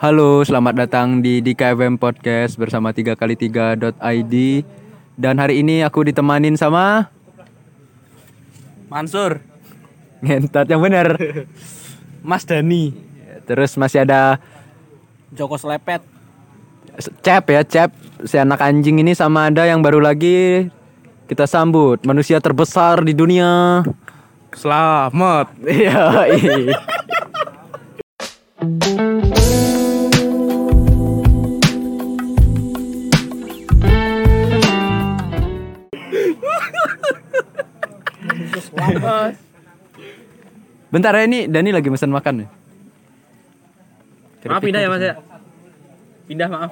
Halo, selamat datang di DKFM Podcast bersama 3x3.id. Dan hari ini aku ditemanin sama Mansur, ngentot yang bener. Mas Dani, Terus masih ada Joko Selepet. Cep, si anak anjing ini, sama ada yang baru lagi kita sambut, manusia terbesar di dunia. Selamat. Iya. Bentar ya, ini Dani lagi pesan makan nih. Maaf pindah ya Mas ya. Pindah maaf.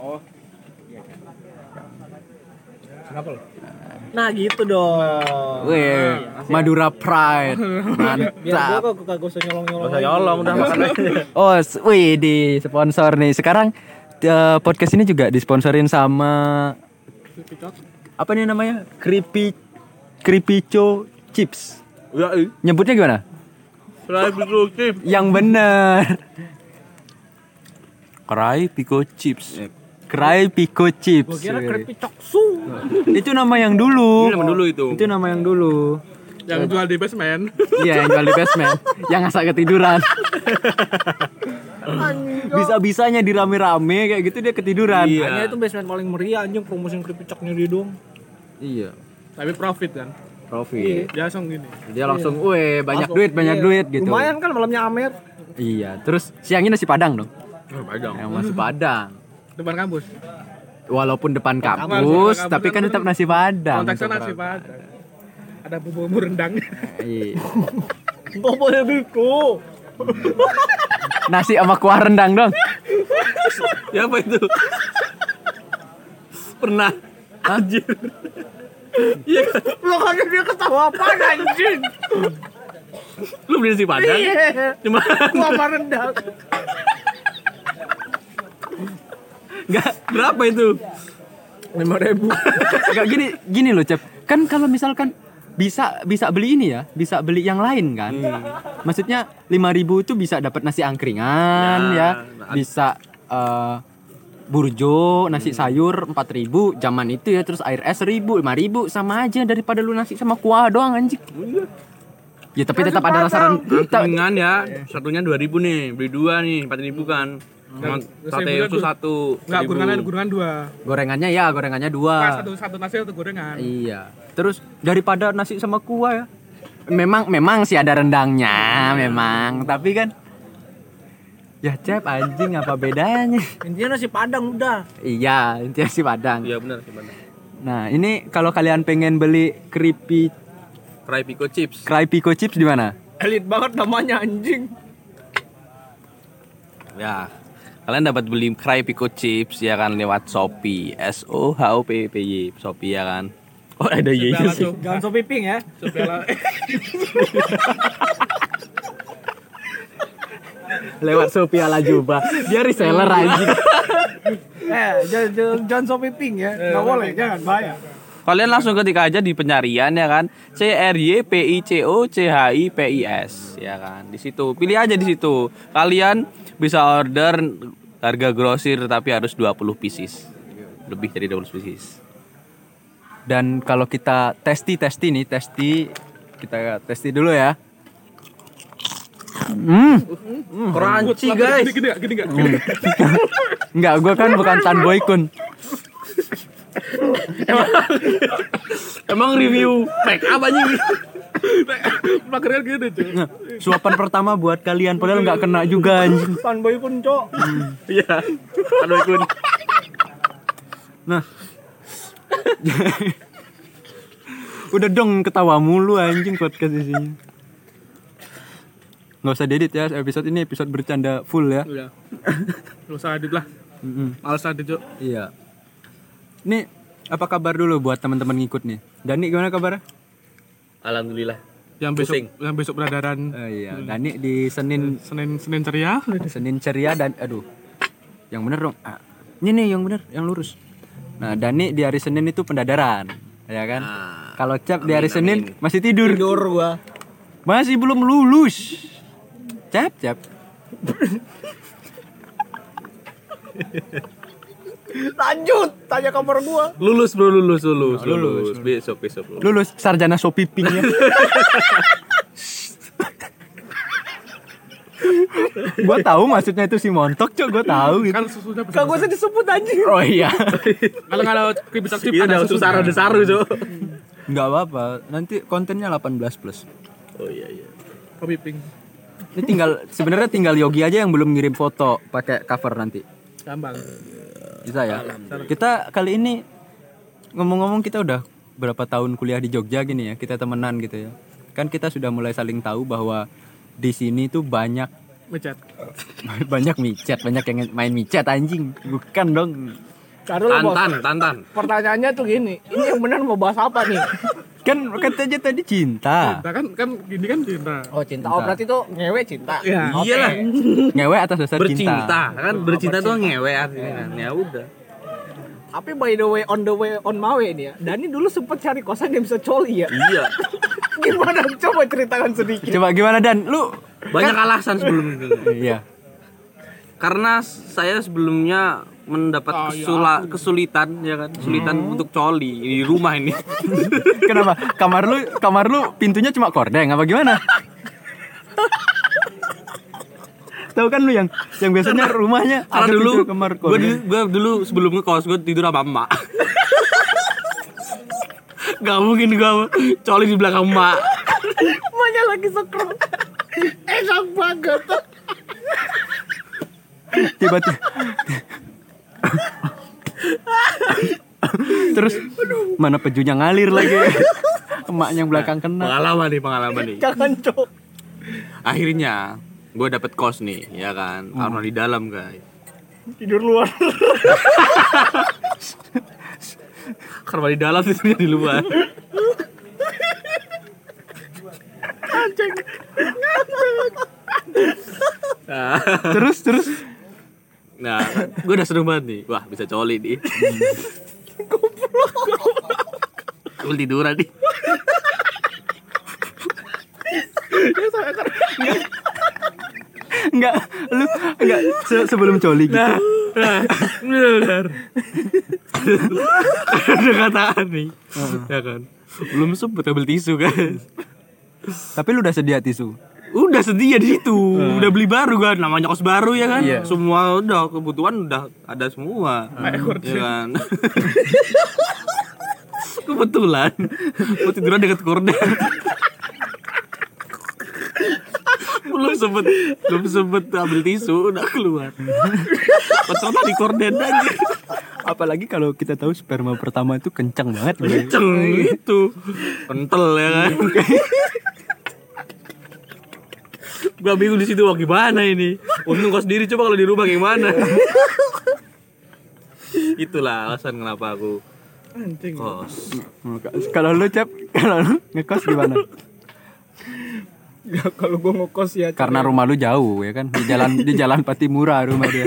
Kenapa lo? Nah gitu dong. Wih, Madura Pride. Biar Mantap. gua kok gak usah nyolong-nyolong. Gak usah nyolong, udah makan aja. Oh, wih, di sponsor nih. Sekarang podcast ini juga disponsorin sama apa nih namanya? Creepyco Chips. Ya, Nyebutnya gimana? Fry Pico Chips. Yang bener. Fry Pico Chips. Creepyco Chips. Gua kira keripik coksu. Itu nama yang dulu. Ini nama dulu itu. Itu nama yang dulu. Yang jual di basement. Iya, yang jual di basement. Yang asal ketiduran. Bisa-bisanya dirame-rame kayak gitu dia ketiduran. Iya. Hanya itu basement paling meriah anjing promosiin keripik coknya dia dong. Iya. Tapi profit kan. Profit. Dia langsung gini. Dia langsung, weh, banyak Langsung, duit iya. gitu. Lumayan kan malamnya Amer. Iya, terus siangnya nasi Padang dong. Oh, Padang. Yang nasi Padang. Depan kampus. Walaupun depan kampus, kampus tapi kan tetap nasi Padang. Konteksnya nasi padang. Ada bumbu rendang. Iya. Kok boleh gitu? Nasi sama kuah rendang dong. Ya apa itu? Pernah. Anjir. Iya kan? Lo kan dia ketawa apa anjing? Lu beli nasi Padang? Iya. Cuma Gua apa rendang. enggak berapa itu? 5.000. Enggak gini loh, Cep. Kan kalau misalkan bisa beli ini ya, bisa beli yang lain kan. Maksudnya 5.000 itu bisa dapat nasi angkringan ya, bisa burjo, nasi sayur 4.000 zaman itu ya, terus air es 1.000, 5.000 sama aja daripada lu nasi sama kuah doang anjing. Ya tapi tetap ada rasa Angkringan ya, satunya 2.000 nih, beli 2 nih, 4.000 kan. Sama sate usus 1. Enggak, gorengan 2. gorengannya 2. Pas satu nasi satu gorengan. Iya. Terus daripada nasi sama kuah ya. Memang sih ada rendangnya, memang. Tapi kan ya Cep anjing apa bedanya? Intinya nasi Padang udah. Iya, intinya si Padang. Iya benar sih benar. Nah, ini kalau kalian pengen beli Fry Pico Chips. Creepyco Chips di mana? Elit banget namanya anjing. Ya. Kalian dapat beli Fry Pico Chips ya kan lewat Shopee. SOHOPPY Shopee ya kan. Oh ada Y sih. Jangan so piping ya. Lewat Shopee ala Juba. Dia reseller anjing. Jangan so piping ya. Enggak boleh, jangan bahaya. Kalian langsung ketik aja di pencarian ya kan. CRYPICOCHIPIS ya kan. Di situ. Pilih aja di situ. Kalian bisa order harga grosir tapi harus 20 pieces. Lebih dari 20 pieces. Dan kalau kita testi kita testi dulu ya. Crunchy guys. Gini enggak? Enggak, gua kan bukan Tan Boy Kun. Emang review make up aja. Makernya gini tuh. Nah, suapan pertama buat kalian padahal nggak kena juga anjing. Fanboy pun, Cok. Iya. Aduh ikut. Nah. Udah dong ketawa mulu anjing podcast isinya. Nggak usah diedit ya, episode bercanda full ya. Udah. Lu usah edit lah. Males edit, Cuk. Iya. Nih, apa kabar dulu buat teman-teman ngikut nih? Dani gimana kabarnya? Alhamdulillah. Yang Pusing. besok beradaran Iya, Dani di Senin Senin ceria. ceria dan aduh. Yang bener dong. Ah, ini nih yang bener, yang lurus. Nah, Dani di hari Senin itu pendadaran, ya kan? Kalau Cap di hari Senin masih tidur. Tidur gua. Masih belum lulus. Cap. Lanjut, tanya kabar gua. Lulus bro, lulus. Besok lulus. Lulus sarjana Shopee Pink ya. Gua tahu maksudnya itu si montok, Cok. Gua tahu gitu. Kan sudah Kagak usah disebut anjing. Oh iya. kalau bisa skip Iya ada udah susunya. ada saru Cok. Enggak apa-apa. Nanti kontennya 18+. Oh iya. Kopi pink. Ini sebenarnya tinggal Yogi aja yang belum ngirim foto pakai cover nanti. Gampang. Bisa ya. Kita kali ini ngomong-ngomong kita udah berapa tahun kuliah di Jogja gini ya. Kita temenan gitu ya. Kan kita sudah mulai saling tahu bahwa di sini tuh banyak Mecat. micet, banyak yang main micet anjing. Bukan dong. Taruh lu, Bos. Tantan. Pertanyaannya tuh gini, ini yang benar mau bahas apa nih? Kan katanya tadi cinta. Nah, kan ini kan cinta. Oh cinta, oh berarti tuh ngewe cinta. Iya. Iyalah. Ngewe atas dasar cinta. Bercinta kan bercinta tuh ngewe artinya kan. Ya udah. Tapi by the way on my way nih ya. Dani dulu sempet cari kosan yang bisa coli ya. Iya. Gimana? Coba ceritakan sedikit. Coba gimana Dan? Lu Banyak alasan sebelum itu. iya. Karena saya sebelumnya mendapat kesulitan ya kan, kesulitan untuk coli di rumah ini. Kenapa? Kamar lu pintunya cuma kordeng apa gimana? Tahu kan lu yang biasanya rumahnya Karena ada dulu pintu kamar kordeng. gue dulu sebelum ngekos gue tidur sama emak. Gak mungkin gue coli di belakang emak. Emaknya lagi scroll. Enak banget. Tiba-tiba terus mana pejunya ngalir lagi. Emaknya yang belakang kena. Pengalaman nih. Jangan cok. Akhirnya gue dapet kos nih, ya kan, kamar di dalam guys. Tidur luar. Kamar di dalam tidurnya di luar. Terus Nah, gue udah seneng banget nih. Wah, bisa coli nih. Gue tiduran nih. enggak sebelum coli gitu. Bener. Ada kataan nih. Ya kan. Belum sempet ambil tisu kan. Tapi lu udah sedia tisu. Udah sedia di situ. Udah beli baru kan. Namanya kos baru ya kan. Iya. Semua udah kebutuhan udah ada semua. Ya kan. Kebetulan gue tiduran deket korden. belum sempet ambil tisu udah keluar. Ternyata di korden aja. Apalagi kalau kita tahu sperma pertama itu kencang banget. Kenceng gitu. Kental ya kan. Gua bingung di situ, wah gimana ini? Untung kau sendiri, coba kalau di rumah gimana? Itulah alasan kenapa aku Anjing. kos. Kalau lu Cap, kalau lu ngekos gimana? Ya kalau gua ngekos ya. Karena rumah lu jauh ya kan, di jalan Patimura rumah dia.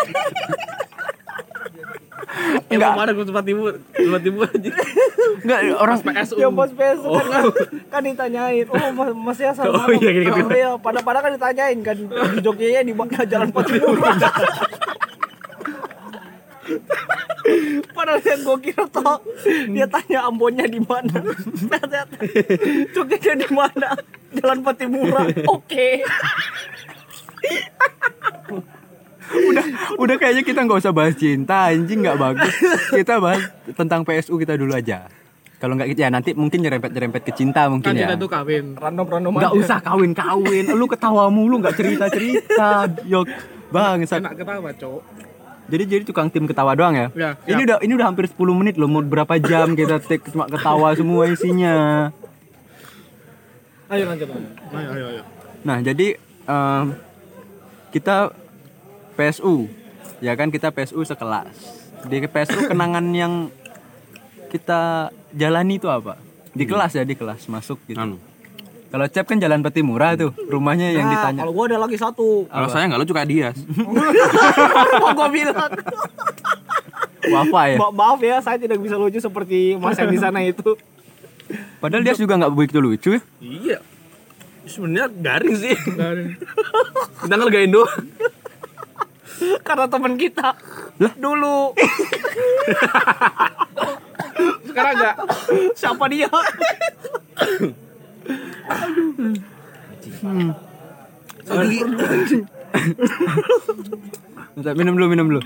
Enggak ada tempat timur aja. Enggak orang PSU. Ya bos PS kan ditanyain. Oh Mas ya sama. Oh, iya, gitu. Oh, iya, pada kan ditanyain kan di Jogja di mana Jalan Patimura. Padahal yang gue kira toh dia tanya Ambonnya di mana. Jogja di mana? Jalan Patimura. Oke. udah kayaknya kita nggak usah bahas cinta anjing, nggak bagus. Kita bahas tentang PSU kita dulu aja. Kalau nggak gitu ya nanti mungkin nyerempet ke cinta mungkin Kan ya. kita tuh kawin. Random Nggak aja. usah kawin. Lu ketawa mulu nggak cerita. Yok bang. Enak ketawa, Cok. Jadi tukang tim ketawa doang ya? Ya, Ini udah hampir 10 menit loh. Mau berapa jam kita take cuma ketawa semua isinya. Ayo lanjut. Ayo. Nah jadi kita PSU, ya kan kita PSU sekelas. Di PSU kenangan yang kita jalani itu apa? Di kelas ya, di kelas masuk gitu. Kalau Cep kan Jalan Patimura tuh, rumahnya yang ditanya. Kalau gua ada lagi satu. Kalau saya nggak lucu kayak dia. Mau gua bilang. Wafa ya. Maaf ya, saya tidak bisa lucu seperti Mas yang di sana itu. Padahal dia juga nggak begitu lucu ya. Iya. Sebenarnya garing sih. Garing. Kita ngergain doang. Karena teman kita. Dulu. Sekarang enggak. Siapa dia? Bentar, minum dulu.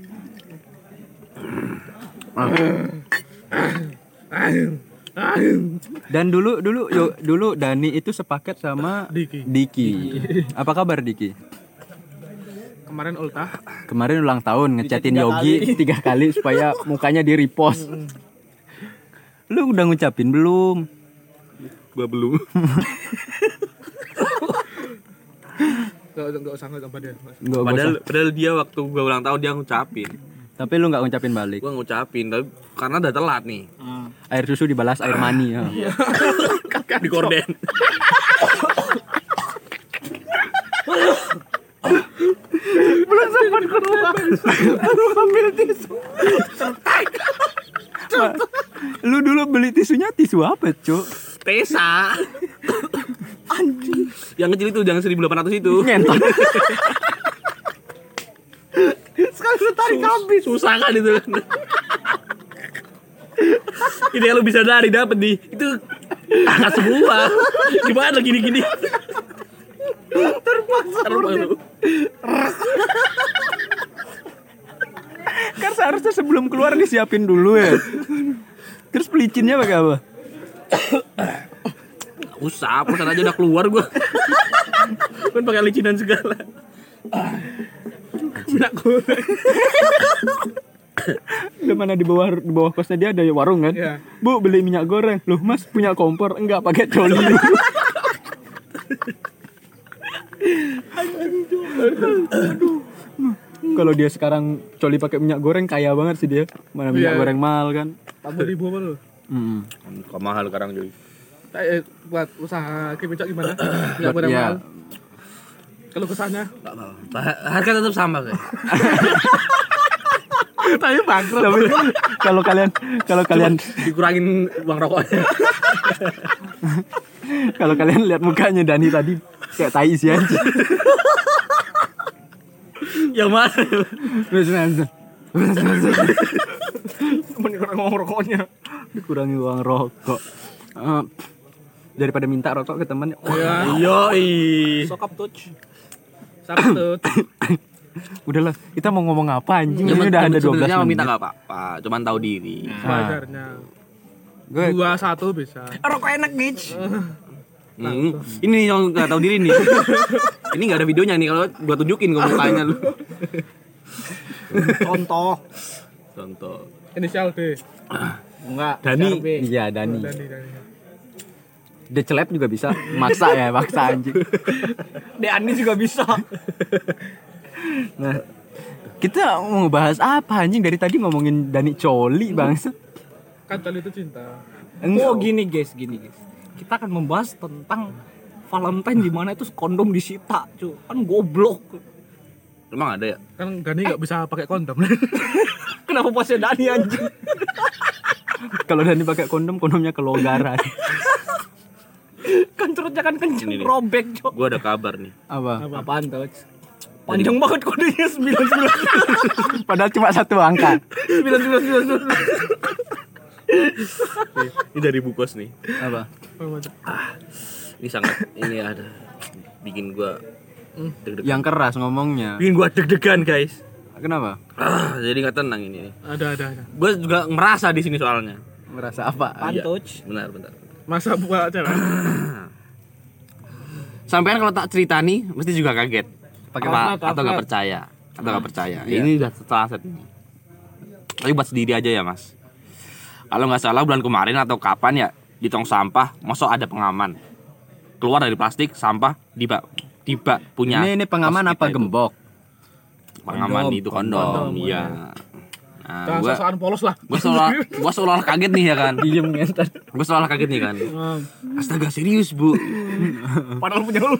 Dan dulu Dani itu sepaket sama Diki. Apa kabar Diki? Kemarin ultah. Kemarin ulang tahun ngechatin Yogi 3 kali supaya mukanya di repost. Lu udah ngucapin belum? Gua belum. Enggak usah sama dia. Nggak usah. Padahal dia waktu gua ulang tahun dia ngucapin. Tapi lu nggak ngucapin balik. Gua ngucapin tapi karena udah telat nih. Air susu dibalas air mani ya. Di korden. Belum sempat keluar. Baru ambil tisu. Lu dulu beli tisunya tisu apa, Cuk? Tesa. Anjing. Yang kecil itu jangan 1.800 itu. Ngentot. Sekali tarik habis. Susah kan itu kan. Ini kalau bisa dari dapat nih. Itu angkat semua. Gimana gini-gini? Terpaksa Terbaru. Kan seharusnya sebelum keluar disiapin dulu ya. Terus pelicinnya pakai apa? Usah, pesan aja udah keluar gua. Kan pakai licinan segala. Minyak goreng. Udah mana di bawah kosnya dia ada warung kan? Iya. Bu, beli minyak goreng. Loh, Mas punya kompor? Enggak, pakai coli. Kalau dia sekarang coli pakai minyak goreng kaya banget sih dia. Mana minyak Iya. goreng mahal kan? 40.000 apa lu? Kok mahal sekarang jadi. Buat usaha kebicak gimana? Minyak goreng Iya. mahal. Kalau kesana, Harga tetap sama kayak. tapi bangkrut. Tapi kalau kalian Dikurangin uang rokoknya. kalau kalian lihat mukanya Dani tadi kayak tai sih aja. Yang mana? Mending ngomong rokoknya. Dikurangi uang rokok. Daripada minta rokok ke teman. Yoi. Sokap touch. Sabtu. Udahlah, kita mau ngomong apa anjing? Cuman Ini udah ada 12 sebenarnya mau menit. minta enggak apa-apa, cuman tahu diri. Wajarnya. Gue 21 bisa. Rokok enak, Mitch. Ini yang nggak tahu diri nih. Ini nggak ada videonya nih, kalau gua tunjukin ke mukanya lu. Contoh. Contoh. Inisial D. Enggak. Dani. CRB. iya Dani. Dani. Decelep juga bisa. Maksa anjing. Dani juga bisa. Nah, kita mau ngebahas apa anjing dari tadi ngomongin Dani coli bangsa. Kan tali itu cinta. Oh gini guys. Kita akan membahas tentang Valentine di mana itu kondom disita, cuy. Kan goblok. Emang ada ya? Kan Dani nggak bisa pakai kondom. Kenapa posnya Dani anjing? Kalau Dani pakai kondomnya kelogaran. Kan perutnya kan kenceng Ini nih. robek, cuy. Gua ada kabar nih. Apa? Apaan tuh? Panjang banget kodenya 99. Padahal cuma satu angka. 99. Ini dari Bukos nih. Apa? Ini sangat ini ada bikin gua deg-degan. Yang keras ngomongnya. Bikin gua deg-degan, guys. Kenapa? Jadi nggak tenang ini. Ada. Gua juga merasa di sini soalnya. Merasa apa? Iya. Pantuch. Bentar. Masa buka cewek. Sampean kalau tak cerita nih mesti juga kaget. Pakai Atau nggak percaya. Ini udah setelah set ini. Tapi buat sendiri aja ya, Mas. Kalau nggak salah bulan kemarin atau kapan ya di tong sampah, masa ada pengaman keluar dari plastik sampah di bak punya. Ini pengaman kos apa kita itu. gembok? Pengaman itu kondom, iya. Nah, Sosokan polos lah. gua seolah kaget nih ya kan. Diem ngentot. Gua seolah kaget nih kan. Astaga, serius, Bu. Padahal punya lu.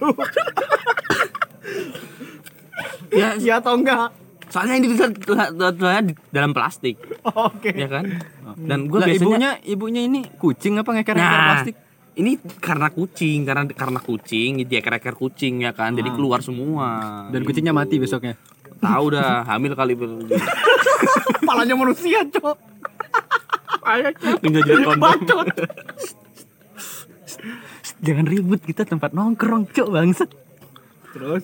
Ya, Iya atau enggak? soalnya ini tulisannya di dalam plastik, Oke. ya kan? Dan gua Lah biasanya ibunya ini kucing apa ngeker plastik? ini karena kucing, jadi eker-eker kucing ya kan, jadi keluar semua. Dan kucingnya mati besoknya. Tahu dah, hamil kali Kepalanya manusia, Cok. tinggal jadi kondom. Bacot. Jangan ribut, kita tempat nongkrong, Cok, bangsat. Terus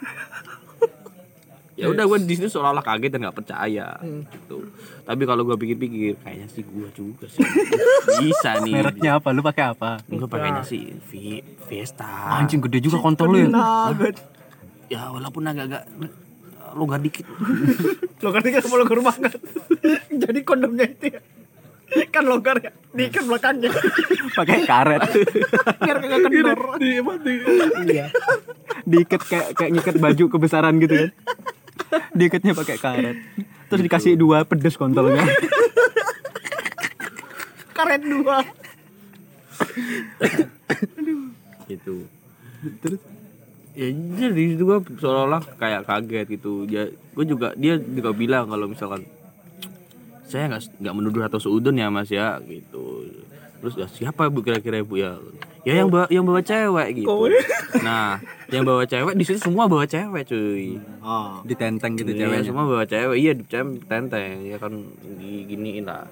Ya udah gue di situ seolah-olah kaget dan nggak percaya gitu. Tapi kalau gue pikir-pikir kayaknya sih gue juga sih bisa nih. Mereknya apa? Lu pakai apa? Gue pakainya sih Fiesta. Anjing gede juga kontol lu ya. Ya walaupun agak-agak longgar dikit. longgar dikit sama longgar banget. Jadi kondomnya itu ya. Kan longgar ya, diikat belakangnya. Pakai karet. Biar kagak kendor. Iya. Diikat kayak ngikat baju kebesaran gitu kan. Diikatnya pakai karet. Terus dikasih 2 pedes kontolnya. Karet 2. Gitu. Terus ya jadi itu gue seolah-olah kayak kaget gitu. Dia juga bilang kalau misalkan saya nggak menuduh atau seudon ya mas ya gitu. Terus ya siapa bu kira-kira bu ya? Ya yang bawa cewek gitu. Nah yang bawa cewek di situ semua bawa cewek cuy. Oh. Ditenteng gitu Iya, ceweknya. semua bawa cewek. Iya tenteng ya kan diginiin lah.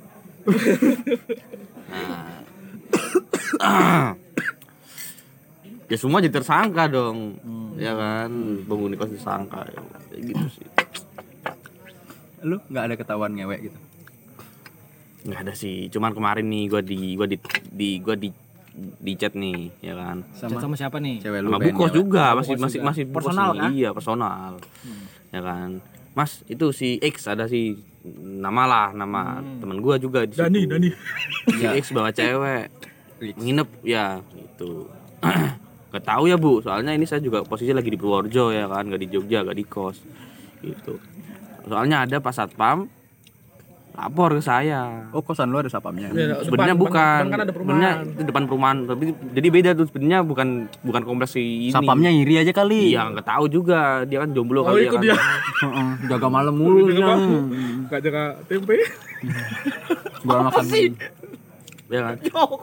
Nah. Ya semua jadi tersangka dong. Ya kan penghuni kos disangka ya. Gitu sih. Lu nggak ada ketahuan ngewek gitu? Nggak ada sih, cuman kemarin nih gue di chat nih, ya kan. Sama siapa nih? Cewek lu Sama pengen Bukos ngewek. juga, masih Bukos Personal nih. kan? Iya, personal. Ya kan. Mas, itu si X ada si nama teman gue juga di situ. Dani. Si X bawa cewek. Nginep ya gitu. Gak tahu ya, Bu. Soalnya ini saya juga posisi lagi di Purworejo ya kan, gak di Jogja, gak di kos. Gitu. Soalnya ada Pak Satpam lapor ke saya. Oh, kosan lu ada sapamnya. Sebenarnya bukan. Kan ada Sebenarnya perumahan. itu depan perumahan, tapi jadi beda tuh sebenarnya bukan kompleks si ini. Sapamnya iri aja kali. Iya, enggak tahu juga. Dia kan jomblo Oh kali itu ya dia. kan. Heeh, jaga malam mulu Jaga dia. bambu. Gak jaga tempe. Gua makan Ya kan.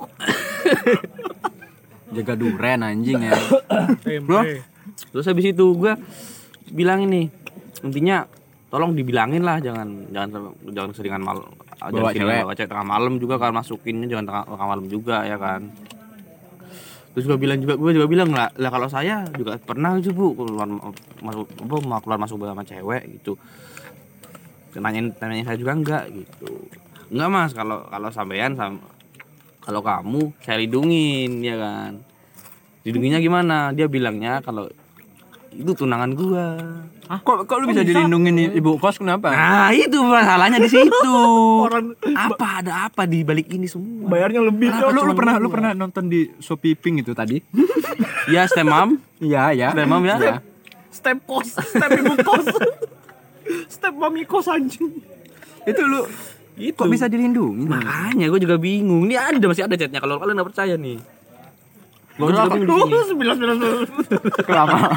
jaga duren anjing ya. Tempe. Terus habis itu gua bilang ini, intinya tolong dibilangin lah jangan seringan malam. Bawa cewek. Bawa cewek tengah malam juga kalau masukinnya jangan tengah malam juga ya kan. Terus gue juga bilang lah kalau saya juga pernah aja Bu keluar masuk sama cewek gitu. Tanyain saya juga enggak gitu. Enggak Mas, kalau sampean kalau kamu saya lindungin ya kan. Lindunginya gimana? Dia bilangnya kalau itu tunangan gua. Kok lu bisa dilindungin nih ibu kos kenapa? Nah, itu masalahnya di situ. Ada apa di balik ini semua? Bayarnya lebih. Lu pernah nonton di Shopee Pink itu tadi? Ya, Stemam. Iya, ya. Stemam ya. Iya. Step kos, step ibu kos. Step mami kos anjing. Itu lu kok bisa dilindungi? Makanya gue juga bingung. Ini masih ada chatnya kalau kalian nggak percaya nih. Gue juga bingung di sini. 19. Kelamaan.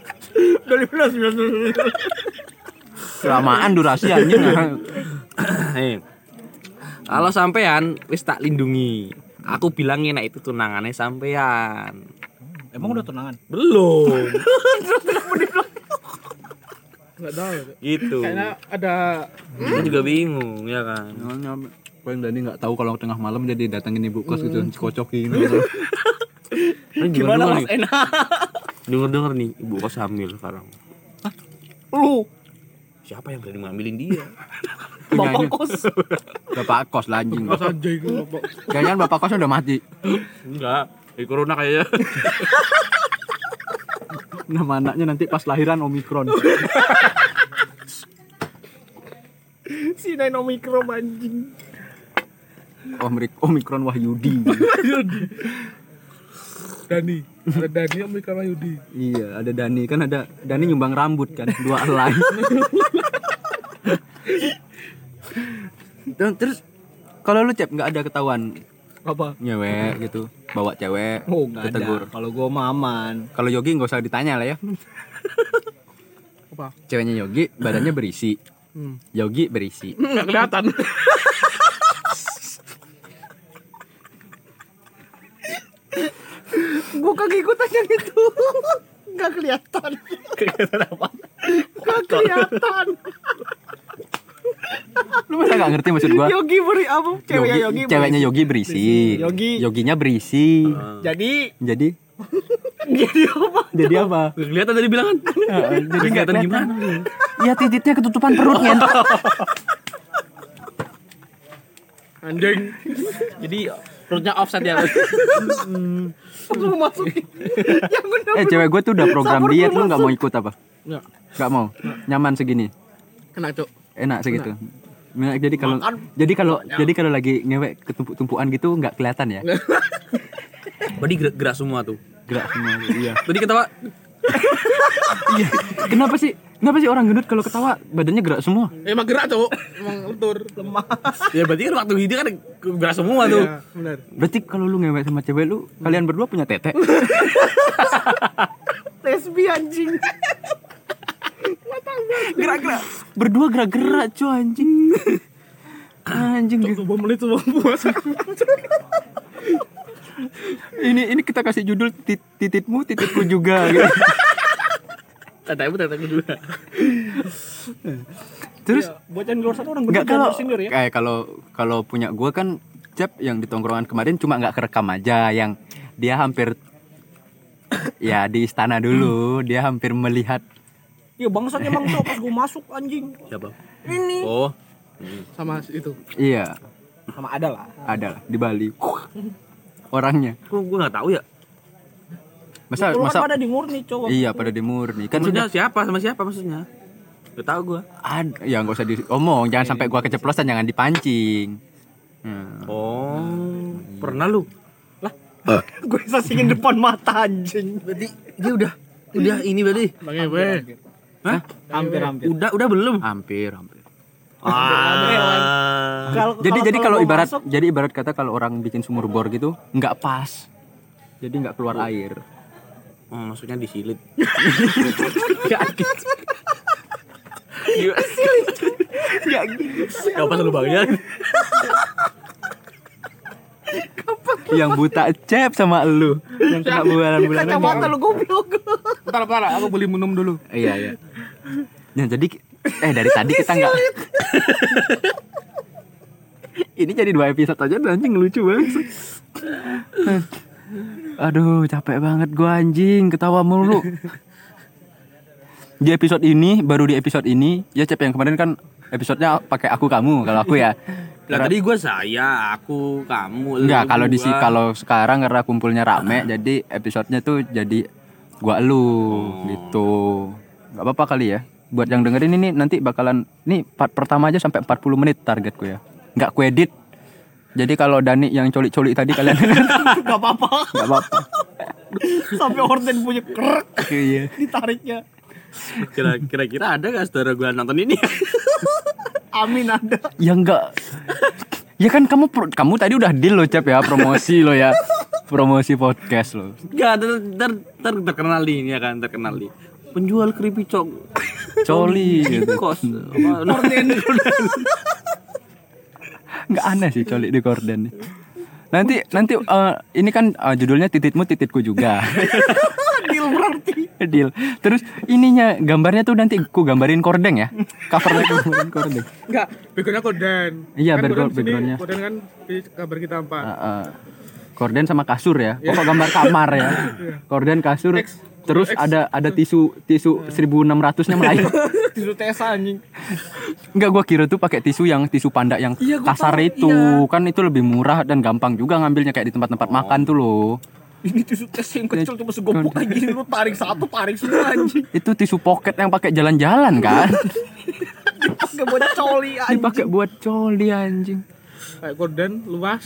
19. Kelamaan durasi anjing. Hei. Kalau sampean wis tak lindungi. Aku bilangin nah itu tunangannya sampean. Emang udah tunangan? Belum. Gak tahu. Gitu. Kayaknya ada. Gue juga bingung ya kan. Paling Dani nggak tahu kalau tengah malam jadi datengin ibu kos gitu, dikocokin. Gimana Mas Ena? Dengar nih ibu kos hamil sekarang. Lu Siapa yang berani ngambilin dia? bapak kos. Bapak kos lah anjing. Pas aja itu Bapak. Jangan bapak kosnya udah mati. Enggak. Di corona kayaknya. Nama anaknya nanti pas lahiran Omikron. Si Nine Omikron anjing. Omikron Wahyudi. Dani. Ada Dani yang Mika Wahyudi. Iya, ada Dani kan, ada Dani nyumbang rambut kan, 2 helai. Dan terus kalau lu Cep nggak ada ketahuan Apa? nyewek gitu, bawa cewek, Oh, enggak ditegur. ada. Kalau gua mah aman. Kalau Yogi nggak usah ditanya lah ya. Apa? Ceweknya Yogi badannya berisi. Yogi berisi. Nggak kelihatan. Gua kagak ikutan yang itu. Enggak kelihatan. Kelihatan apa? Gak kelihatan. Lu masa gak ngerti maksud gua? Yogi beri apa? Ceweknya Yogi. Ceweknya Yogi berisi. Yoginya berisi. Jadi Jadi apa? jadi apa? Kelihatan tadi bilang kan. Jadi nggak Kelihatan gimana? Ya titiknya ketutupan perutnya. Anjing. Jadi perutnya offset ya. Langsung masukin. Yang bener. Cewek gue tuh udah program diet, lu nggak mau ikut apa? Enggak. Nggak mau. Nyaman segini. Kena, Cuk. Enak segitu. Nah, jadi kalau lagi ngewek ketumpuk-tumpukan gitu nggak kelihatan ya? Berarti gerak semua tuh. Gerak semua. Iya. Tadi ketawa. Iya. Kenapa sih orang gendut kalau ketawa badannya gerak semua? Emang gerak, Cuk. Emang lentur. Lemah. Ya berarti kan waktu itu kan gerak semua tuh. Iya, benar. Berarti kalau lu ngewek sama cewek lu, kalian berdua punya tete? Lesbi anjing. Gerak-gerak. Berdua gerak-gerak cuy anjing. Anjing. Cuk, 2 menit semua puas. Ini kita kasih judul tititmu tititku juga gitu. Tetekku juga. Terus Bocah di luar sana orang enggak gendut sendiri ya. kayak kalau punya gua kan Cep yang di tongkrongan kemarin cuma enggak kerekam aja, yang dia hampir ya di istana dulu dia hampir melihat. Iya bangsat emang tuh pas gue masuk anjing. Siapa? Ini. Oh. Sama itu. Iya, Sama ada lah. di Bali. Orangnya. Kok gue enggak tahu ya? Masa Lu kan pada di Murni coba. Iya, pada di Murni. Kan Maksudnya sudah siapa sama siapa maksudnya? Gak tahu gue. ya enggak usah diomong, jangan sampai gua keceplosan, jangan dipancing. Oh. Pernah lu? Gue sasingin depan mata anjing. Berarti dia udah ini berarti. Bang Ewe. Hah? Hampir. Udah belum? Hampir. Jadi kalau ibarat kata kalau orang bikin sumur bor gitu nggak pas, jadi nggak keluar air. Oh, maksudnya disilit. Nggak gitu. Gak pas lubangnya. Yang buta Cep sama elu yang kena bulan-bulanan. Kacamata lu goblok. Bentar, aku beli minum dulu. Iya. Nah jadi dari tadi kita nggak. Ini jadi 2 episode aja anjing, lucu banget. Aduh capek banget gua anjing, ketawa mulu. Di episode ini ya Cep, yang kemarin kan episodenya pakai aku kamu, kalau aku ya. Lah tadi gue aku, kamu. Enggak, kalau sekarang karena kumpulnya rame jadi episodenya tuh jadi gua elu gitu. Enggak apa-apa kali ya. Buat yang dengerin ini nanti bakalan part pertama aja sampai 40 menit targetku ya. Enggak ku edit. Jadi kalau Dani yang colik-colik tadi kalian denger Gak apa-apa. Sampai orden punya krek. Iya. Ditariknya. Kira-kira ada gak saudara gue nonton ini? Amin ada. Ya enggak. Ya kan kamu tadi udah deal lo Cap ya, promosi lo ya. Promosi podcast lo. Enggak, terkenal nih ya kan, terkenal nih. Penjual keripik Coli gitu. kos. Enggak aneh sih coli di korden. Nanti ini kan judulnya tititmu tititku juga. Deal berarti. Deal. Terus ininya gambarnya tuh nanti ku gambarin kordeng ya. Covernya ku gambarin kordeng. Enggak, backgroundnya Korden. Iya, Kan backgroundnya. Korden kan di kabar kita 4. Korden sama kasur ya. Pokok gambar kamar ya. Korden, kasur. Terus ada tisu 1600-nya Melayu. Tisu Tesa anjing. Enggak, gua kira tuh pakai tisu panda yang kasar itu. Kan itu lebih murah dan gampang juga ngambilnya kayak di tempat-tempat makan tuh loh. Ini tisu Tesa yang kecil cuma segopok kayak gini, lu tarik satu tarik semua anjing. Itu tisu pocket yang pakai jalan-jalan kan. Dipakai buat coli anjing. Dipakai buat coli anjing. Kayak Korden luas.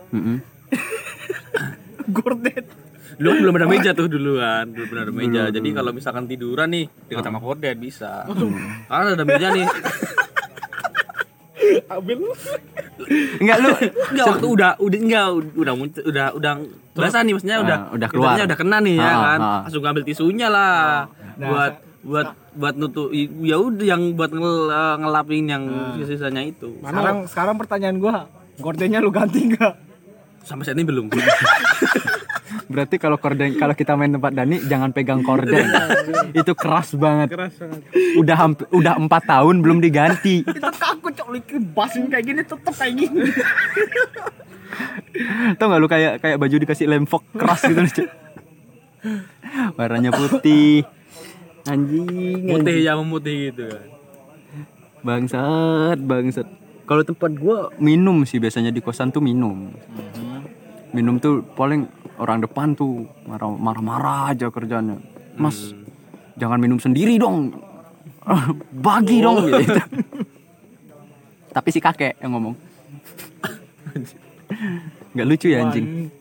Gorden. Lu belum ada meja tuh dulu kan, belum ada meja. Jadi kalau misalkan tiduran nih dekat sama korden bisa. Karena ada meja nih. Ambil lu. Enggak Waktu udah basah nih, maksudnya udah keluar. Udah kena nih ya kan. Ah. Langsung ngambil tisunya lah. Buat nutup ya udah yang buat ngelapin yang sisanya itu. Sekarang pertanyaan gua, gordennya lu ganti enggak? Sampai saat ini belum. Berarti kalau kita main tempat Dani jangan pegang korden. Itu keras banget. Keras banget. Udah 4 tahun belum diganti. Kita takut cok lagi basin kayak gini tetep kayak gini. Tau gak lu kayak baju dikasih lem fog keras gitu loh, Cuk. Warnanya putih. Anjing. Putih yang memutih gitu kan. Bangsat. Kalau tempat gua minum sih biasanya di kosan tuh minum. Minum tuh paling orang depan tuh marah-marah aja kerjanya. Mas, jangan minum sendiri dong. Bagi dong gitu. Tapi si kakek yang ngomong. Nggak lucu ya anjing.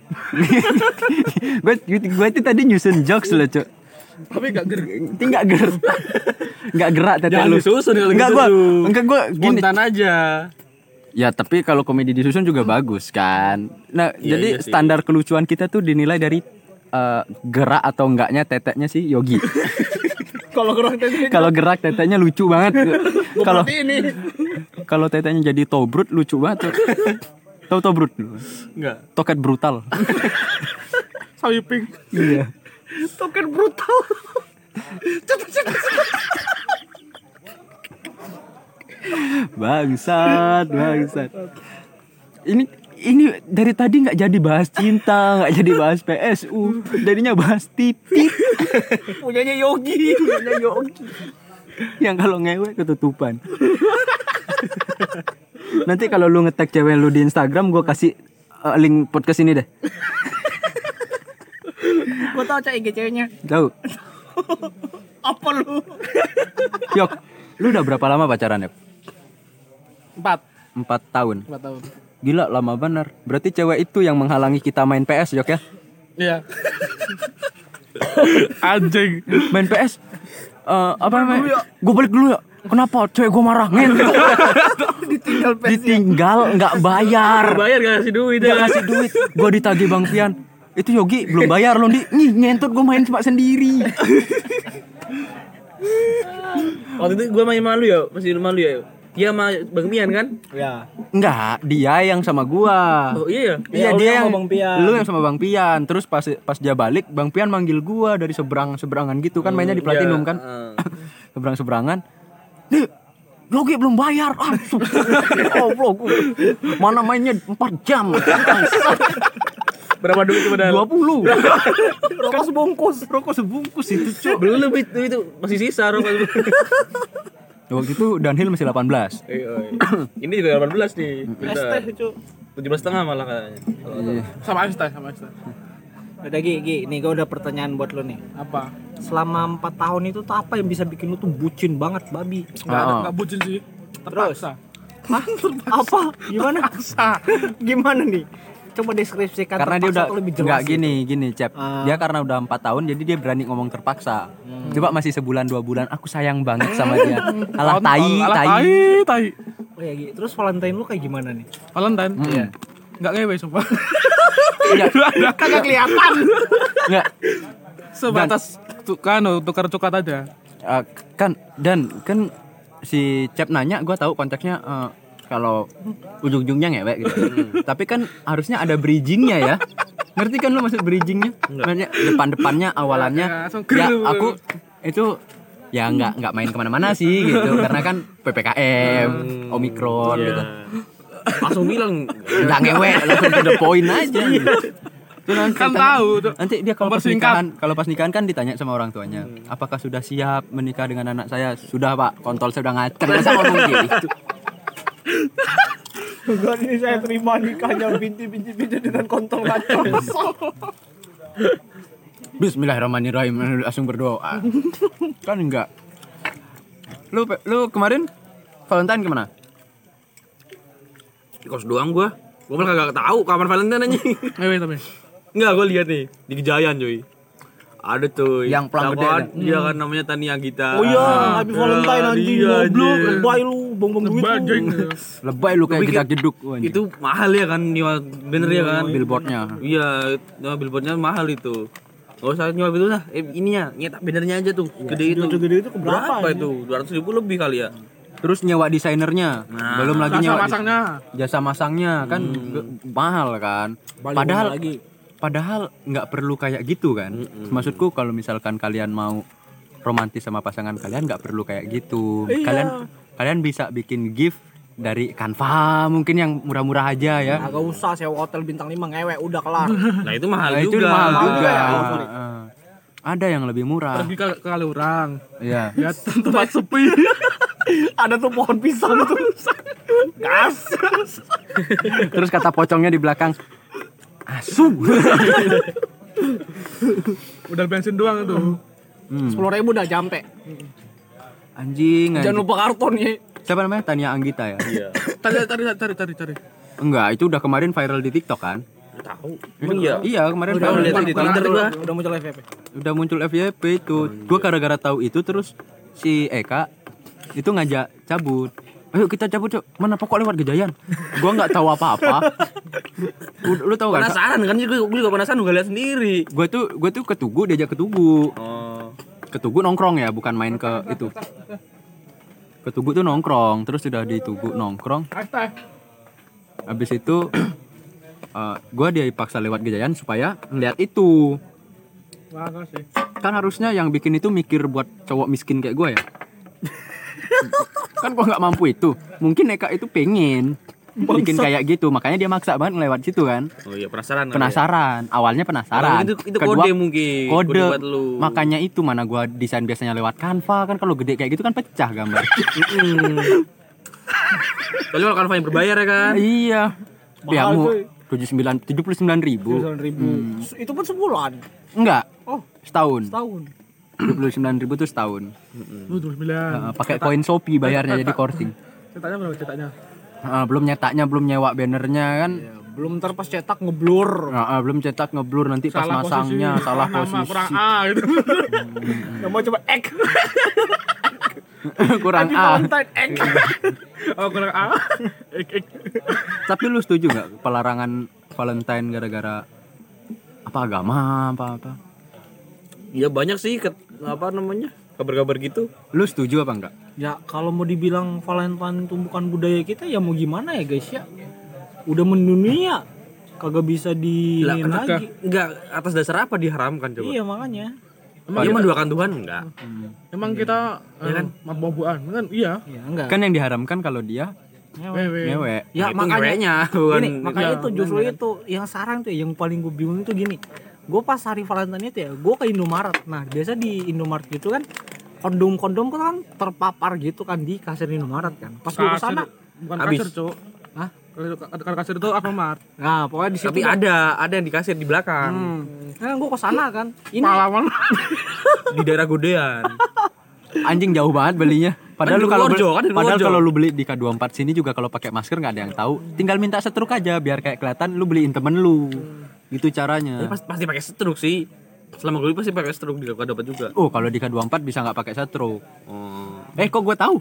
Gue itu tadi nyusun jokes loh, Cok. Tapi gak ger. Nggak gerak tete Jangan lu. disusun kalau Enggak gitu. gua gini. Spontan aja. Ya tapi kalau komedi disusun juga bagus kan. Nah, jadi iya sih. standar kelucuan kita tuh dinilai dari gerak atau enggaknya teteknya si Yogi. Kalau gerak teteknya lucu banget. Kalau teteknya jadi tobrut lucu banget. Tahu tobrut? Enggak. Toket brutal. Sweeping. Iya. Token brutal. Bangsat. Ini dari tadi nggak jadi bahas cinta, nggak jadi bahas PSU, jadinya bahas titik. Punyanya Yogi. Yang kalau ngewe ketutupan. Nanti kalau lu nge-tag cewek lu di Instagram, gue kasih link podcast ini deh. Gua tau cak IG ceweknya. Tahu? Apa lu? Yok, lu udah berapa lama pacaran, Yok? 4 tahun. tahun. Gila, lama bener. Berarti cewek itu yang menghalangi kita main PS, Yok ya? Iya. Anjing. Main PS. Apa namanya? Gue balik dulu ya. Kenapa? Cewek gue marah. Ditinggal nggak bayar. Bayar gak kasih duit Nggak ya. kasih duit. Gue ditagih Bang Pian. Itu Yogi belum bayar loh, Di. Nih, ngentut gue main cuma sendiri. Waktu itu gue main malu ya, masih malu ya. Dia sama Bang Mian kan? Ya. Enggak, dia yang sama gua. Oh iya ya. Iya, lu dia yang yang sama Bang Pian. Lu yang sama Bang Pian. Terus pas dia balik, Bang Pian manggil gua dari seberangan gitu kan, mainnya di Platinum kan. Seberang-seberangan. Nih, Yogi belum bayar. Ah, Allah, mana mainnya 4 jam. Berapa duit itu padahal? 20. Rokok sebungkus itu, Cuk. Belum itu masih sisa rokok. Waktu itu Dunhill masih 18. Ini juga 18 nih. ST cu. 17,5 malah katanya. Iya. Sama Asta. Udah Gi, nih gue udah pertanyaan buat lo nih. Apa? Selama 4 tahun itu tuh apa yang bisa bikin lu tuh bucin banget babi? Enggak bucin sih. Terus? Terpaksa. Hah? Apa? Gimana? Terpaksa. Gimana nih? Coba deskripsikan Karena dia terpaksa udah tuh lebih jelas. enggak gini Cep. Ah. Dia karena udah 4 tahun jadi dia berani ngomong terpaksa. Coba masih sebulan 2 bulan aku sayang banget sama dia. Alah tai. Oh ya Gi, terus Valentine lu kayak gimana nih? Valentine. Iya. Enggak ngewe sumpah. Kagak kelihatan. Enggak. Sebatas tukar coklat aja. Kan si Cep nanya, gue tahu konteksnya kalau ujung-ujungnya ngewek gitu. Tapi kan harusnya ada bridgingnya ya. Ngerti kan lu maksud bridgingnya? Maksudnya depan-depannya awalannya ya aku itu ya nggak main kemana-mana sih gitu karena kan PPKM, Omikron gitu. Langsung bilang Nggak ngewek, langsung to the point aja. Terus nanti Kan tahu tuh. Nanti dia kalau pas Mempersingkat. nikahan kan ditanya sama orang tuanya, apakah sudah siap menikah dengan anak saya? Sudah Pak, kontol saya udah ngacer. Masa ngomong gitu? Enggak, ini saya terima nikahnya binti dengan kontol kacau. Bismillahirrahmanirrahim, langsung berdoa. Kan enggak. Lu kemarin Valentine kemana? di kos doang gua malah kagak tahu kapan Valentine anjing. Ngewe tapi. Enggak, gua lihat nih di Gejayan cuy. Ada tuh Yang pelang gede kan, ada? dia kan namanya Tania Gita. Oh iya, habis Valentine anjing Iya, goblok, anjing. lebay lu, bong-bong duit Bajing. lu. Lebay lu kayak Tapi kita jeduk. anjing. Itu mahal ya kan nyewa, bener ya kan? Billboardnya. Iya, nyewa billboardnya mahal itu. Gak usah nyewa itu lah, ininya, nyetak bannernya aja tuh, gede itu. Gede itu keberapa? Berapa itu? 200.000 lebih kali ya. Terus nyewa desainernya, Nah, belum lagi Rasa nyewa masangnya. jasa masangnya kan mahal kan. Balik Padahal lagi. Padahal nggak perlu kayak gitu kan. Maksudku kalau misalkan kalian mau romantis sama pasangan kalian nggak perlu kayak gitu. Kalian bisa bikin gift dari Canva mungkin yang murah-murah aja ya. Agak usah sewa hotel bintang 5 ngewek udah kelar. Nah itu mahal Nah, juga. itu mahal juga. ya. Ada yang lebih murah. Pergi ke Kaliurang. Iya. Ya tempat sepi. Ada tuh pohon pisang tuh. Gas. Terus kata pocongnya di belakang, asu. Udah bensin doang tuh. 10.000 udah jampe. Anjing. Jangan lupa kartonnya. Siapa namanya? Tania Anggita ya? Iya. Cari. Enggak, itu udah kemarin viral di TikTok kan? Tahu. Emang iya. Iya, kemarin Udah viral lihat di Twitter gua. Udah muncul FVP. Udah muncul FYP itu. Gua gara-gara tahu itu terus si Eka itu ngajak cabut. Ayo kita cabut, Cuk. Mana pokok lewat Gejayan. Gua nggak tahu apa-apa. Lu tahu kan? Penasaran kan? Gue juga penasaran nggak lihat sendiri. Gua tuh ke Tugu, diajak ke Tugu. Oh. Ke Tugu nongkrong ya, bukan main ke itu. Ke Tugu tuh nongkrong, terus udah di Tugu nongkrong. Habis itu gua dipaksa lewat Gejayan supaya ngeliat itu. Makasih. Kan harusnya yang bikin itu mikir buat cowok miskin kayak gua ya. Kan gua nggak mampu itu. Mungkin Eka itu pengen bikin kayak gitu, makanya dia maksa banget lewat situ kan. Oh iya penasaran. Penasaran, awalnya penasaran. Itu kode mungkin. Kode buat lu. Makanya itu mana gua desain biasanya lewat Canva kan, kalau gede kayak gitu kan pecah gambar. Kalau Canva yang berbayar ya kan. Iya. Mahal, Biamu cuy. 79.000. Itu pun sebulan. Enggak. Oh, Setahun. setahun. 79.000 tuh setahun. Terus bilang. Pakai koin Shopee bayarnya jadi coursing. Cetaknya berapa cetaknya? Belum nyetaknya, belum nyewa bannernya kan. Ya, belum ntar pas cetak ngeblur. Belum cetak ngeblur nanti pas Salah masangnya posisi. salah Nama posisi. kurang A gitu. Yang mau coba ek. Kurang Happy A. Valentine ek. Oh kurang A. Ek. Tapi lu setuju nggak pelarangan Valentine gara-gara apa agama apa? Iya banyak sih apa namanya? Kabar-kabar gitu. Lu setuju apa enggak? Ya kalau mau dibilang Valentine itu bukan budaya kita ya mau gimana ya guys ya. Udah mendunia. Kagak bisa di Lah, lagi. enggak atas dasar apa diharamkan coba? Iya makanya. Dia menduakan Tuhan enggak? Emang kita Ya kan? mabuk-mabukan kan? Iya. Ya enggak. Kan yang diharamkan kalau dia Ngewe. ngewe. Ya Itu makanya ngeweknya, bukan. gini, makanya Iya, itu justru itu yang sarang tuh yang paling gue bingung itu gini. Gue pas hari Valentine itu ya, gue ke Indomaret. Nah biasa di Indomaret gitu kan kondom kan terpapar gitu kan di kasir Indomaret kan. Pas gue kesana, Bukan Habis. kasir, Cuk. Hah? Kalau kasir itu Alfamart. Nah pokoknya di situ. Tapi ada yang dikasih di belakang. Nah gue kesana kan. Ini Pahlawan. Di daerah Godean. Anjing jauh banget belinya. Padahal Kan lu di kalau Purworejo, kan di padahal Purworejo. kalau lu beli di K24 sini juga kalau pakai masker nggak ada yang tahu. Tinggal minta setruk aja biar kayak kelihatan lu beliin temen lu. Gitu caranya. Pasti pakai setruk sih. Selama gue pasti pakai stroke di dapat juga. Oh, kalau di K24 bisa nggak pakai stroke. Oh. Kok gue tahu?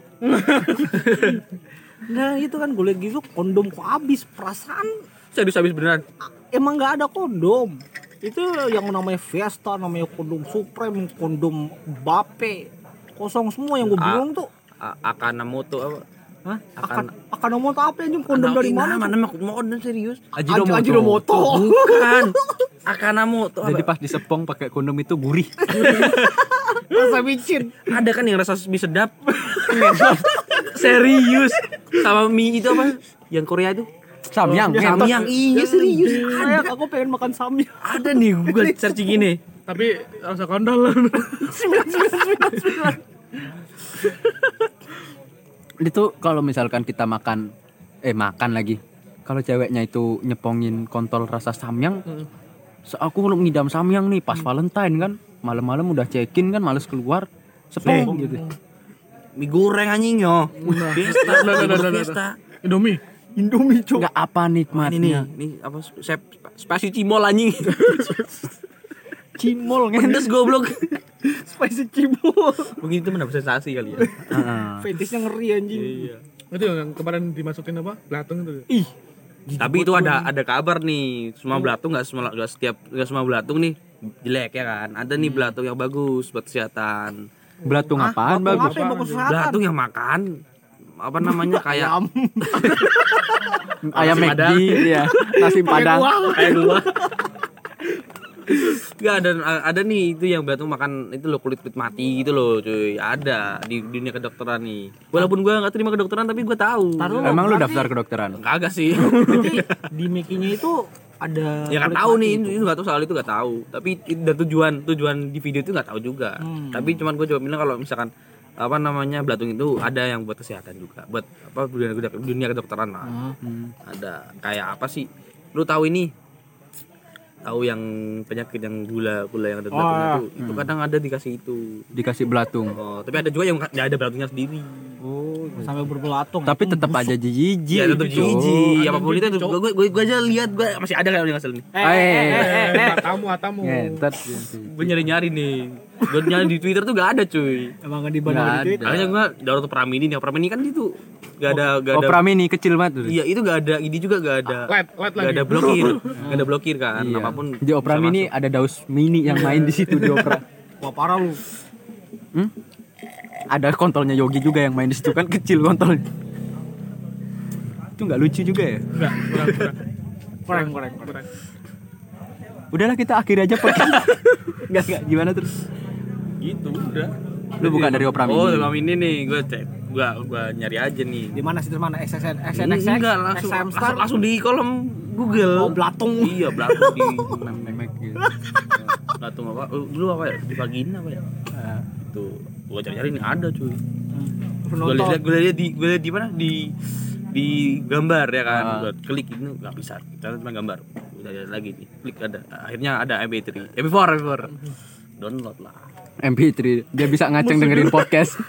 Nah itu kan gue liat gitu kondom kok habis. Perasaan Serius habis beneran. emang nggak ada kondom. Itu yang namanya Fiesta, namanya kondom Supreme, kondom Bape, kosong semua yang gue bingung tuh. Akana moto apa? Hah? Akan mau apa anjing kondom dari mana? Mana kondom serius? Ajinomoto. Bukan. Akana moto. Jadi pas disepong pakai kondom itu gurih. Rasa micin. Ada kan yang rasa mie sedap. Serius. Sama mie itu apa? Yang Korea itu? Samyang. Samyang. Iya serius. Kayak aku pengen makan samyang. Ada nih gue searching ini. Tapi rasa kondol. Itu kalau misalkan kita makan lagi. Kalau ceweknya itu nyepongin kontol rasa samyang, aku belum ngidam samyang nih pas Valentine kan, malam-malam udah check-in kan, males keluar, sepong gitu. Mie goreng anjing yo. Fiesta. Fiesta. Indomie Cuk. Nggak apa Ini nikmatnya. nih apa spasi cimol anjing. Cimol kan. Pantes goblok. Spicy cibul. Mungkin itu mendapat sensasi kali ya. Fetishnya ngeri anjing. Iya. Itu yang kemarin dimasukin apa? Belatung itu. Ih. Tapi itu ada kabar nih, semua belatung nggak semua belatung nih jelek ya kan. Ada nih belatung yang bagus buat kesehatan. Belatung apaan bagus? Apa yang bagus kesehatan? Belatung yang makan apa namanya kayak Ayam Nasi McD ya. Nasi padang. kayak gua. Enggak ada nih itu yang belatung makan itu loh kulit mati gitu loh cuy. Ada di dunia kedokteran nih. Walaupun gua enggak terima kedokteran tapi gua tahu. Taruh Emang lu berarti daftar kedokteran? Kagak sih. Berarti di Mickey-nya itu ada Ya kan kulit tahu mati nih itu. itu enggak tahu soal itu enggak tahu. Tapi dan tujuan di video itu enggak tahu juga. Tapi cuman gua coba bilang kalau misalkan apa namanya belatung itu ada yang buat kesehatan juga. Buat apa dunia kedokteran lah. Ada kayak apa sih? Lu tahu ini? Tahu yang penyakit yang gula yang ada belatungnya itu kadang ada dikasih itu. Dikasih belatung. Oh, tapi ada juga yang enggak ada belatungnya sendiri. Oh, sampai berbelatung. Tapi tetap aja jijik. Ya tetap gitu. jijik. Apapun itu gue aja lihat gue masih ada kayak yang ngasal nih. Atamu. Ngentot. Gue nyari nih. Gue nyari di Twitter tuh gak ada cuy. Emang di bandung Nggak di Twitter. Makanya gue download Pramini nih. Pramini kan itu gak ada Opera mini kecil banget tuh. Iya itu gak ada ini juga gak ada. Light Gak lagi. ada blokir. Gak ada blokir kan. Iya. Apapun. Di Opera bisa mini masuk. ada Daus Mini yang main di situ di Opera. Wah, parah lu. Ada kontolnya Yogi juga yang main di situ kan kecil kontolnya. Itu nggak lucu juga ya? Enggak, kurang. Koreng. Udahlah kita akhiri aja podcast. Enggak gimana terus? Gitu udah. Lu bukan dari Opera Oh, Mini. Opera Mini nih. Gue cek. Gue nyari aja nih. Di mana sih mana XXN Enggak langsung di kolom Google. Oh, belatung. Iya belatung di Memek gitu. belatung apa? Dulu apa ya? Di vagina apa ya? Itu gua cari nih ada cuy. Gua lihat di mana? Di gambar ya kan. Gua klik ini enggak bisa. Ternyata cuma gambar. Udah lihat lagi nih. Klik ada. Akhirnya ada MP3. MP4. Download lah. MP3 dia bisa ngaceng dengerin podcast.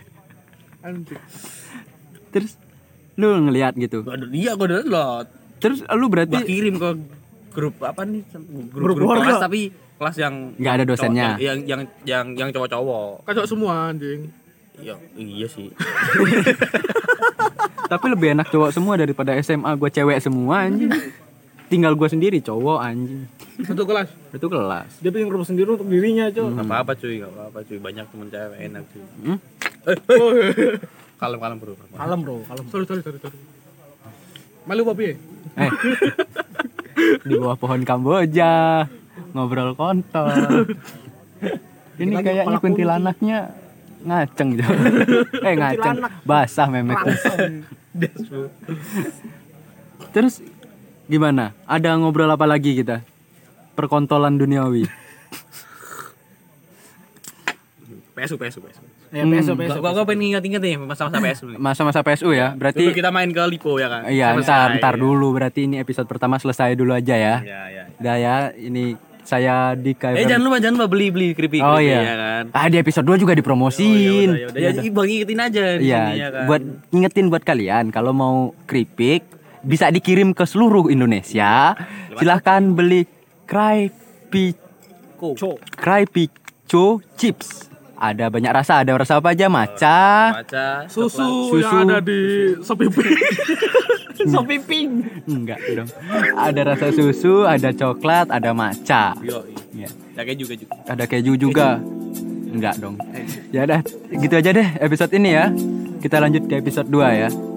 Terus lu ngelihat gitu. Gua download. Terus lu Gua berarti kirim ke grup apa nih? Grup keluarga. kelas tapi kelas yang nggak ada dosennya. yang cowok-cowok. Kacau semua anjing. Iya sih. tapi lebih enak cowok semua daripada SMA gua cewek semua anjing. Tinggal gua sendiri cowok anjing. Satu kelas. Itu kelas. Dia bikin grup sendiri untuk dirinya, Cok. Gak apa-apa cuy. Banyak temen cewek enak cuy. Kalem bro. Kalem, Bro. Sorry. Malu papi ya? Di bawah pohon Kamboja ngobrol kontol. Ini Lagi kayaknya kepala kuntilanaknya ngaceng Jo. Ngaceng basah memek. Terus gimana? Ada ngobrol apa lagi kita? Perkontolan duniawi. PSU. Ya, PSO. Gua pengen ingat-ingat nih masa-masa PSU nih. Masa-masa PSU ya. Dulu Berarti kita main ke Lipo ya kan. iya, Selesai. ntar dulu. Berarti ini episode pertama selesai dulu aja ya. Iya. Udah ya, ini saya Dika. Jangan lupa beli keripik Oh ya iya. kan. Di episode 2 juga dipromosin. Yaudah. Ya bang ingetin aja di Iya, sini ya kan. buat ngingetin buat kalian kalau mau keripik bisa dikirim ke seluruh Indonesia. Silahkan beli Crypico chips. Ada banyak rasa, ada rasa apa aja? Maca, Baca Susu yang ada di Shopee. enggak dong. Ada rasa susu, ada coklat, ada maca. Yo. Ya. Ya kayak juga. Ada keju juga. Enggak dong. Ya udah, gitu aja deh episode ini ya. Kita lanjut ke episode 2 ya.